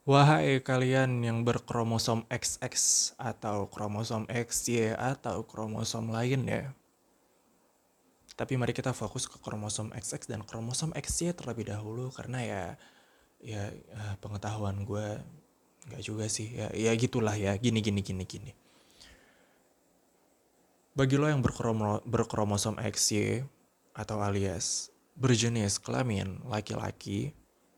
Wahai kalian yang berkromosom XX atau kromosom XY atau kromosom lain ya. Tapi mari kita fokus ke kromosom XX dan kromosom XY terlebih dahulu karena ya pengetahuan gue nggak juga sih ya gitulah ya gini. Bagi lo yang berkromosom XY atau alias berjenis kelamin laki-laki,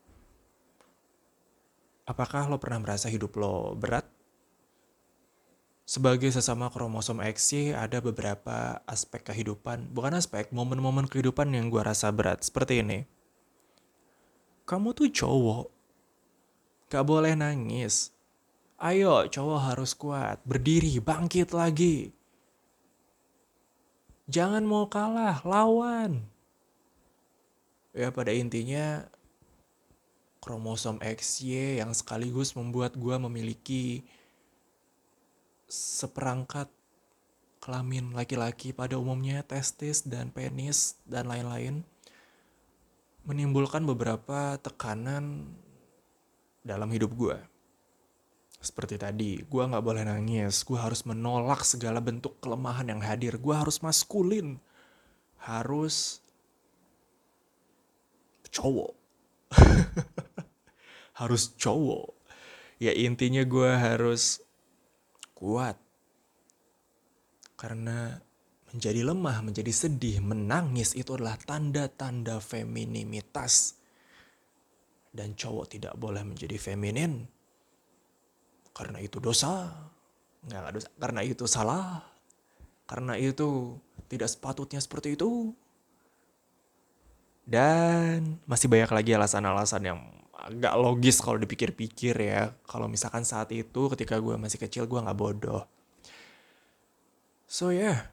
apakah lo pernah merasa hidup lo berat? Sebagai sesama kromosom XY ada beberapa aspek kehidupan, bukan aspek, momen-momen kehidupan yang gue rasa berat. Seperti ini, kamu tuh cowok, gak boleh nangis. Ayo cowok harus kuat, berdiri, bangkit lagi. Jangan mau kalah, lawan. Ya pada intinya kromosom XY yang sekaligus membuat gue memiliki seperangkat kelamin laki-laki pada umumnya, testis dan penis dan lain-lain, menimbulkan beberapa tekanan dalam hidup gue. Seperti tadi, gue gak boleh nangis, gue harus menolak segala bentuk kelemahan yang hadir, gue harus maskulin, harus cowok, harus cowok. Ya intinya gue harus kuat, karena menjadi lemah, menjadi sedih, menangis itu adalah tanda-tanda femininitas. Dan cowok tidak boleh menjadi feminin, karena itu dosa. Nggak dosa, karena itu salah. Karena itu tidak sepatutnya seperti itu. Dan masih banyak lagi alasan-alasan yang agak logis kalau dipikir-pikir ya. Kalau misalkan saat itu ketika gue masih kecil gue gak bodoh. So yeah,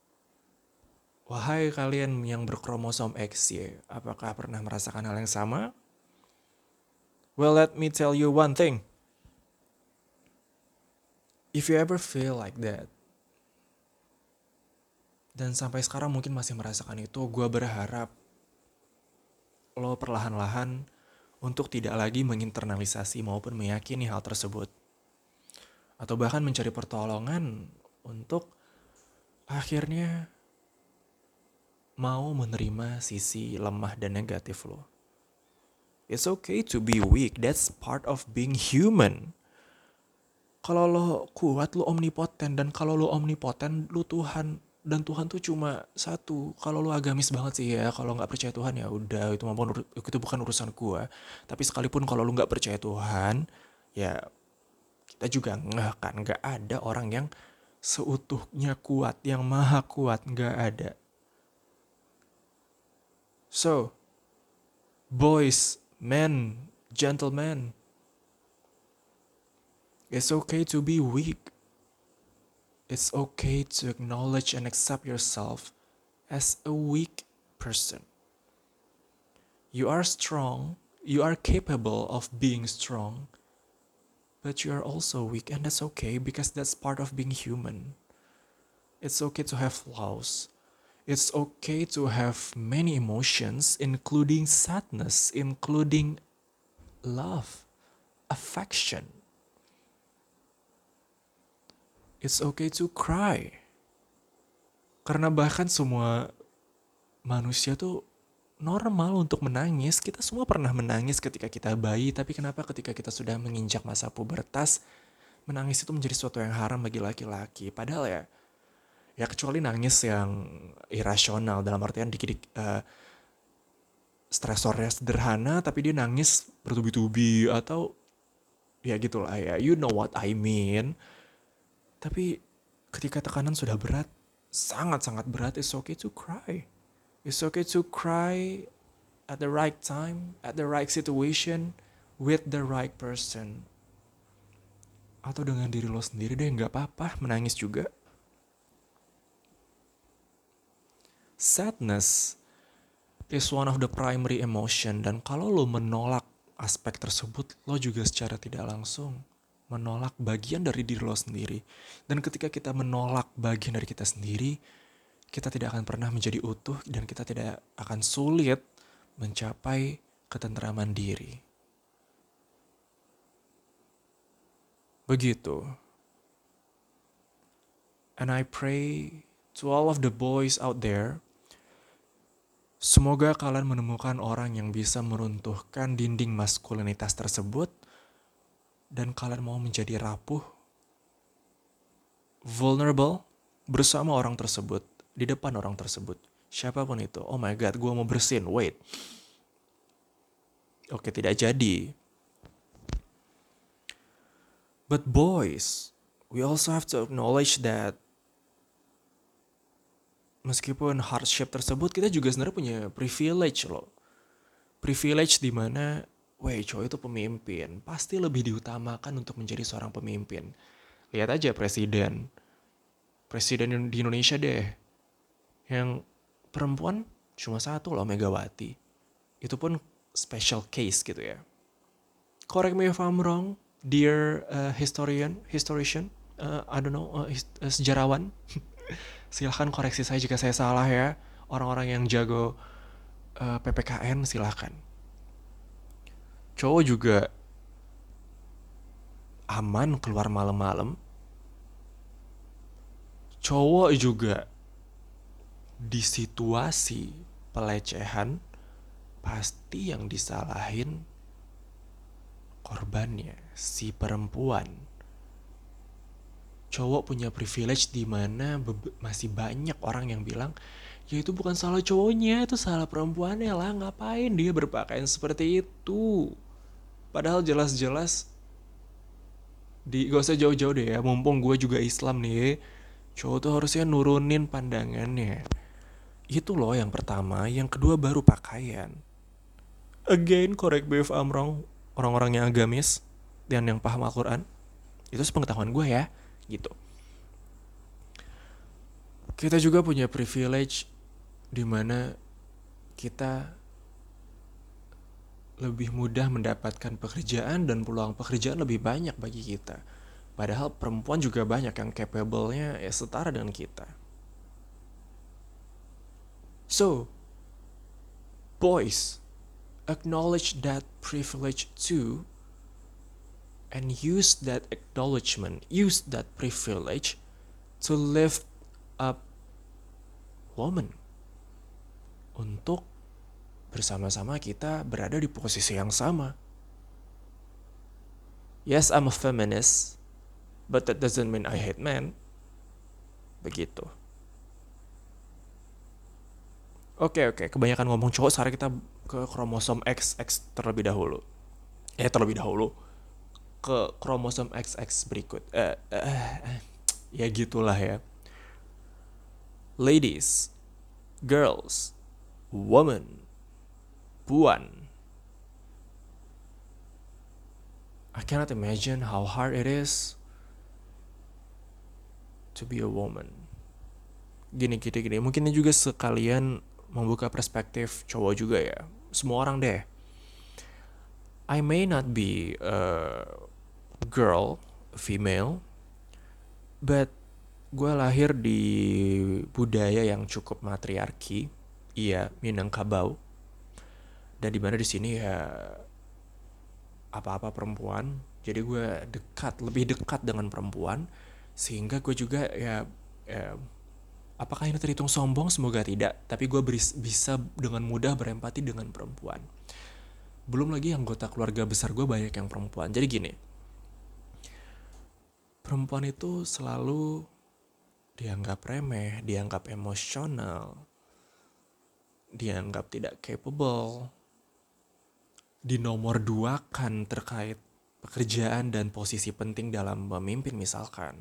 wahai kalian yang berkromosom XY, apakah pernah merasakan hal yang sama? Well, let me tell you one thing. If you ever feel like that, dan sampai sekarang mungkin masih merasakan itu, gue berharap lo perlahan-lahan untuk tidak lagi menginternalisasi maupun meyakini hal tersebut. Atau bahkan mencari pertolongan untuk akhirnya mau menerima sisi lemah dan negatif lo. It's okay to be weak, that's part of being human. Kalau lo kuat, lo omnipoten. Dan kalau lo omnipoten, lo Tuhan. Dan Tuhan tuh cuma satu. Kalau lo agamis banget sih ya, kalau nggak percaya Tuhan ya udah, itu bukan urusan gua. Tapi sekalipun kalau lo nggak percaya Tuhan, ya kita juga ngeh kan, nggak ada orang yang seutuhnya kuat, yang maha kuat, nggak ada. So, boys, men, gentlemen, it's okay to be weak. It's okay to acknowledge and accept yourself as a weak person. You are strong, you are capable of being strong, but you are also weak, and that's okay because that's part of being human. It's okay to have flaws. It's okay to have many emotions, including sadness, including love, affection. It's okay to cry. Karena bahkan semua manusia tuh normal untuk menangis. Kita semua pernah menangis ketika kita bayi, tapi kenapa ketika kita sudah menginjak masa pubertas, menangis itu menjadi sesuatu yang haram bagi laki-laki. Padahal ya kecuali nangis yang irasional, dalam artian dikit-dikit stresornya sederhana, tapi dia nangis bertubi-tubi atau ya gitulah ya, you know what I mean. Tapi ketika tekanan sudah berat, sangat-sangat berat, it's okay to cry. It's okay to cry at the right time, at the right situation, with the right person. Atau dengan diri lo sendiri deh, gak apa-apa menangis juga. Sadness is one of the primary emotion, dan kalau lo menolak aspek tersebut, lo juga secara tidak langsung menolak bagian dari diri lo sendiri. Dan ketika kita menolak bagian dari kita sendiri, kita tidak akan pernah menjadi utuh dan kita tidak akan sulit mencapai ketentraman diri. Begitu. And I pray to all of the boys out there, semoga kalian menemukan orang yang bisa meruntuhkan dinding maskulinitas tersebut dan kalian mau menjadi rapuh, vulnerable, bersama orang tersebut, di depan orang tersebut. Siapapun itu. Oh my god, gue mau bersin. Wait. Oke, tidak jadi. But boys, we also have to acknowledge that meskipun hardship tersebut, kita juga sebenarnya punya privilege loh. Privilege di mana, cowok itu pemimpin. Pasti lebih diutamakan untuk menjadi seorang pemimpin. Lihat aja presiden di Indonesia deh. Yang perempuan cuma satu loh, Megawati. Itu pun special case gitu ya. Correct me if I'm wrong, dear historian, I don't know, sejarawan. Silahkan koreksi saya jika saya salah ya. Orang-orang yang jago PPKN silahkan. Cowok juga aman keluar malam-malam. Cowok juga di situasi pelecehan pasti yang disalahin korbannya, si perempuan. Cowok punya privilege di mana masih banyak orang yang bilang, ya itu bukan salah cowoknya, itu salah perempuannya lah, ngapain dia berpakaian seperti itu. Padahal jelas-jelas gak usah jauh-jauh deh ya, mumpung gue juga Islam nih, cowok tuh harusnya nurunin pandangannya. Itu loh yang pertama, yang kedua baru pakaian. Again, correct me if I'm wrong, orang-orang yang agamis dan yang paham Al-Quran, itu sepengetahuan gue ya, gitu. Kita juga punya privilege di mana kita lebih mudah mendapatkan pekerjaan dan peluang pekerjaan lebih banyak bagi kita. Padahal perempuan juga banyak yang capable-nya ya setara dengan kita. So, boys, acknowledge that privilege too and use that acknowledgement, use that privilege to lift up woman untuk bersama-sama kita berada di posisi yang sama. Yes, I'm a feminist, but that doesn't mean I hate men. Begitu. Oke, kebanyakan ngomong cowok, sekarang kita ke kromosom XX terlebih dahulu. Ke kromosom XX berikut. Ya gitulah ya. Ladies, girls, woman, puan. I cannot imagine how hard it is to be a woman. Gini. Mungkin ini juga sekalian membuka perspektif cowok juga ya. Semua orang deh. I may not be a girl, female, but gue lahir di budaya yang cukup matriarki. Iya, Minangkabau. Dan dimana di sini ya apa-apa perempuan, jadi gue lebih dekat dengan perempuan, sehingga gue juga ya apakah ini terhitung sombong? Semoga tidak, tapi gue bisa dengan mudah berempati dengan perempuan. Belum lagi anggota keluarga besar gue banyak yang perempuan. Jadi gini, perempuan itu selalu dianggap remeh, dianggap emosional, dianggap tidak capable, dinomor duakan terkait pekerjaan dan posisi penting dalam memimpin misalkan.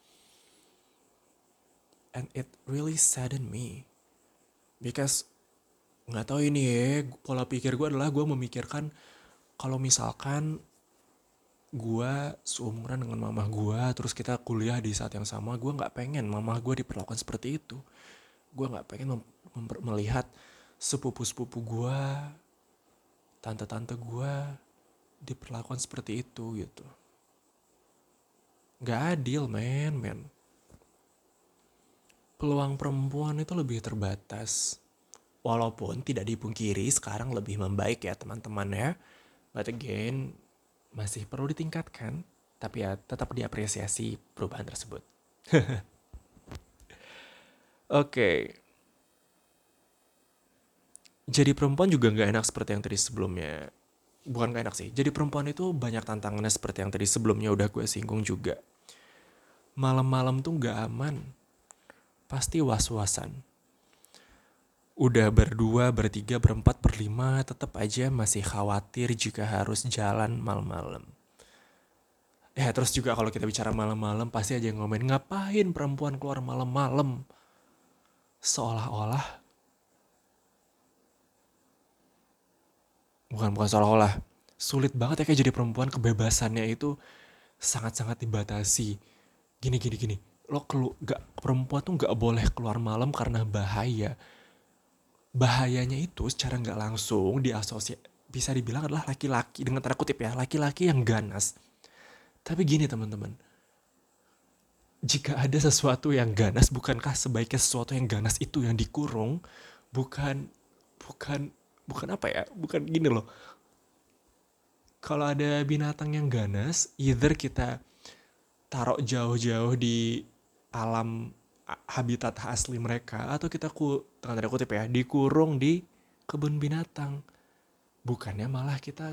And it really saddened me. Because gak tahu ini ya, pola pikir gue adalah gue memikirkan kalau misalkan gue seumuran dengan mamah gue, terus kita kuliah di saat yang sama, gue gak pengen mamah gue diperlakukan seperti itu. Gue gak pengen melihat sepupu-sepupu gue, tante-tante gue diperlakukan seperti itu gitu. Gak adil men. Peluang perempuan itu lebih terbatas. Walaupun tidak dipungkiri sekarang lebih membaik ya teman-teman ya. But again, masih perlu ditingkatkan. Tapi ya tetap diapresiasi perubahan tersebut. Oke. Jadi perempuan juga nggak enak seperti yang tadi sebelumnya. Bukan nggak enak sih. Jadi perempuan itu banyak tantangannya seperti yang tadi sebelumnya udah gue singgung juga. Malam-malam tuh nggak aman. Pasti was-wasan. Udah berdua, bertiga, berempat, berlima, tetap aja masih khawatir jika harus jalan malam-malam. Ya terus juga kalau kita bicara malam-malam pasti aja yang ngomongin ngapain perempuan keluar malam-malam. Seolah-olah, bukan seolah-olah, sulit banget ya kayak jadi perempuan kebebasannya itu sangat-sangat dibatasi. Gini. Perempuan tuh gak boleh keluar malam karena bahaya. Bahayanya itu secara nggak langsung bisa dibilang adalah laki-laki, dengan tanda kutip ya, laki-laki yang ganas. Tapi gini teman-teman, jika ada sesuatu yang ganas, bukankah sebaiknya sesuatu yang ganas itu yang dikurung? Bukan, bukan, bukan apa ya? Bukan gini loh. Kalau ada binatang yang ganas, either kita taruh jauh-jauh di alam habitat asli mereka, atau kita dengan tanda kutip ya, dikurung di kebun binatang. Bukannya malah kita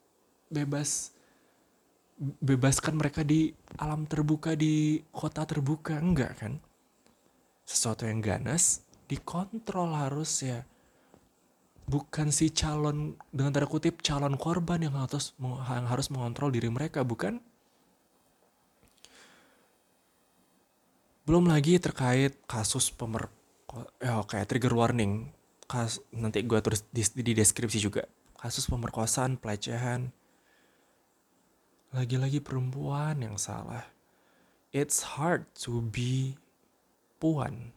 bebaskan mereka di alam terbuka, di kota terbuka. Enggak kan? Sesuatu yang ganas dikontrol harus ya. Bukan si calon, dengan tanda kutip, calon korban yang harus mengontrol diri mereka, bukan? Belum lagi terkait kasus kayak trigger warning. Nanti gue tulis di deskripsi juga. Kasus pemerkosaan, pelecehan. Lagi-lagi perempuan yang salah. It's hard to be puan.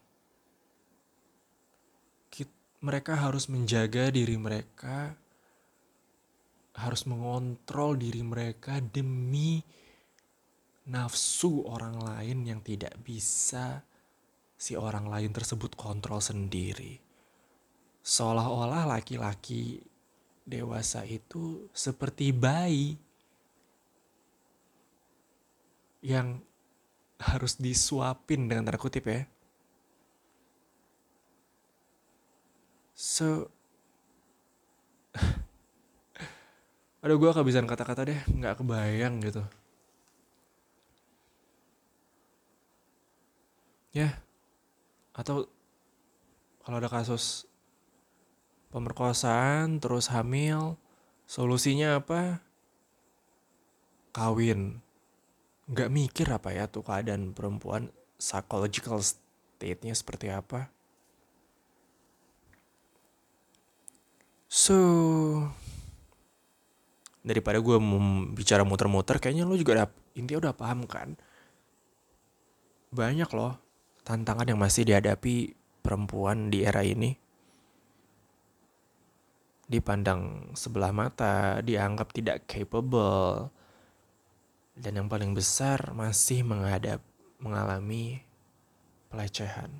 Mereka harus menjaga diri mereka, harus mengontrol diri mereka demi nafsu orang lain yang tidak bisa si orang lain tersebut kontrol sendiri. Seolah-olah laki-laki dewasa itu seperti bayi yang harus disuapin dengan tanda kutip ya. Aduh gue kehabisan kata-kata deh, gak kebayang gitu. Ya, atau kalau ada kasus pemerkosaan terus hamil, solusinya apa? Kawin. Gak mikir apa ya tuh keadaan perempuan, psychological state-nya seperti apa. Daripada gue bicara muter-muter, kayaknya lo juga intinya udah paham kan? Banyak loh tantangan yang masih dihadapi perempuan di era ini. Dipandang sebelah mata, dianggap tidak capable. Dan yang paling besar masih mengalami pelecehan.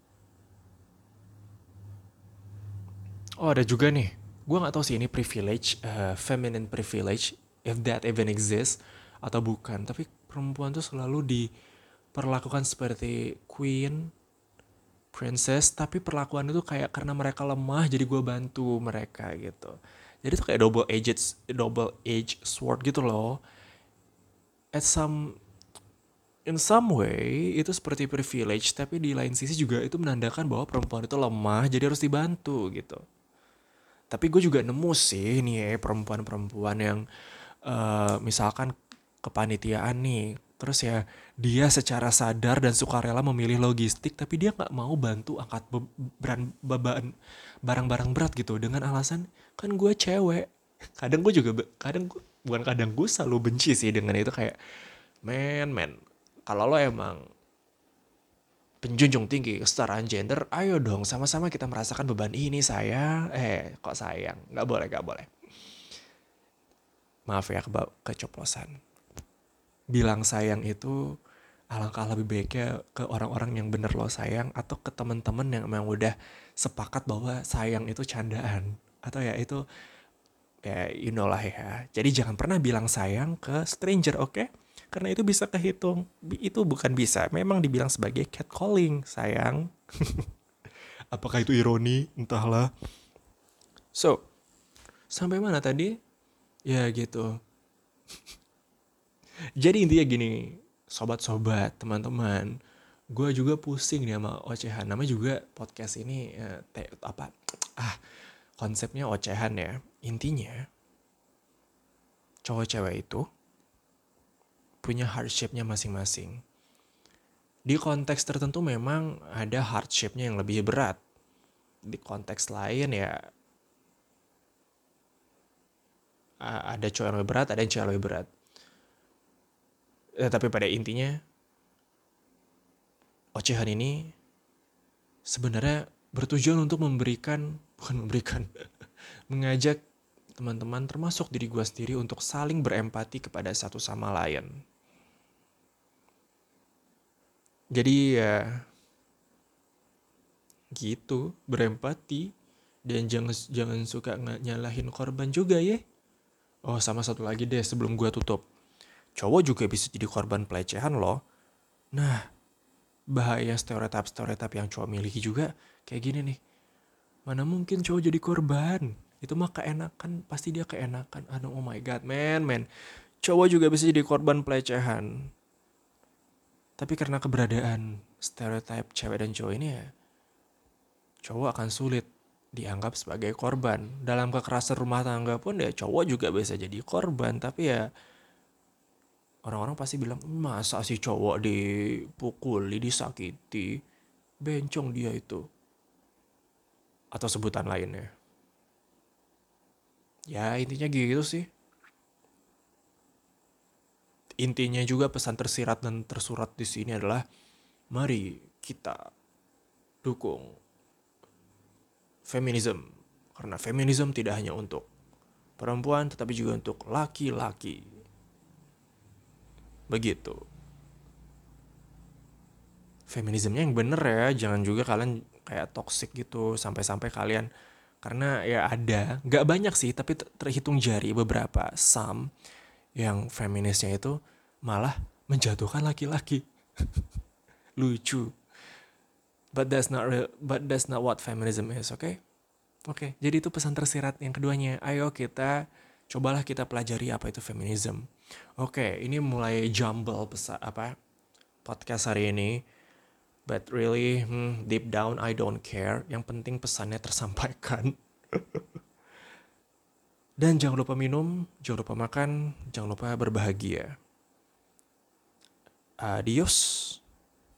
Oh ada juga nih, gue gak tahu sih ini privilege, feminine privilege, if that even exists atau bukan. Tapi perempuan tuh selalu diperlakukan seperti queen, princess, tapi perlakuan itu kayak karena mereka lemah jadi gue bantu mereka gitu. Jadi tuh kayak double edged sword gitu loh. In some way itu seperti privilege, tapi di lain sisi juga itu menandakan bahwa perempuan itu lemah jadi harus dibantu gitu. Tapi gue juga nemu sih nih perempuan-perempuan yang misalkan kepanitiaan nih, terus ya dia secara sadar dan sukarela memilih logistik, tapi dia nggak mau bantu angkat barang-barang berat gitu dengan alasan kan gue cewek. Bukan kadang gue selalu benci sih dengan itu, kayak men kalau lo emang penjunjung tinggi kesetaraan gender, ayo dong sama-sama kita merasakan beban ini sayang. Kok sayang? Gak boleh. Maaf ya keceplosan. Bilang sayang itu alangkah lebih baiknya ke orang-orang yang bener lo sayang, atau ke teman-teman yang memang udah sepakat bahwa sayang itu candaan. Atau ya itu, ya you know lah ya. Jadi jangan pernah bilang sayang ke stranger, oke? Karena itu bisa kehitung. Itu bukan bisa, memang dibilang sebagai catcalling, sayang. Apakah itu ironi? Entahlah. So, sampai mana tadi? Ya gitu. Jadi intinya gini, sobat-sobat, teman-teman. Gue juga pusing nih sama ocehan. Namanya juga podcast ini konsepnya ocehan ya. Intinya cowok cewek itu punya hardship-nya masing-masing. Di konteks tertentu memang ada hardship-nya yang lebih berat. Di konteks lain ya ada cowok yang lebih berat, ada yang cewek lebih berat. Tapi pada intinya ocehan ini sebenarnya bertujuan untuk mengajak teman-teman termasuk diri gue sendiri untuk saling berempati kepada satu sama lain. Jadi ya gitu, berempati dan jangan suka nyalahin korban juga ya. Oh, sama satu lagi deh sebelum gue tutup. Cowok juga bisa jadi korban pelecehan loh. Nah, bahaya stereotip yang cowok miliki juga kayak gini nih. Mana mungkin cowok jadi korban? Itu mah keenakan, pasti dia keenakan. Aduh, oh my god, man. Cowok juga bisa jadi korban pelecehan. Tapi karena keberadaan stereotip cewek dan cowok ini ya, cowok akan sulit dianggap sebagai korban. Dalam kekerasan rumah tangga pun ya cowok juga bisa jadi korban. Tapi ya orang-orang pasti bilang, masa sih cowok dipukuli, disakiti, bencong dia itu. Atau sebutan lainnya. Ya intinya gitu sih. Intinya juga pesan tersirat dan tersurat di sini adalah mari kita dukung feminisme. Karena feminisme tidak hanya untuk perempuan tetapi juga untuk laki-laki. Begitu. Feminismenya yang bener ya, jangan juga kalian kayak toxic gitu sampai-sampai kalian, karena ya ada, gak banyak sih tapi terhitung jari beberapa yang feminisnya itu malah menjatuhkan laki-laki. Lucu. But that's not what feminism is, okay? Oke, jadi itu pesan tersirat yang keduanya. Ayo cobalah kita pelajari apa itu feminism. Oke, ini mulai jumble podcast hari ini. But really, deep down I don't care. Yang penting pesannya tersampaikan. Dan jangan lupa minum, jangan lupa makan, jangan lupa berbahagia. Adios.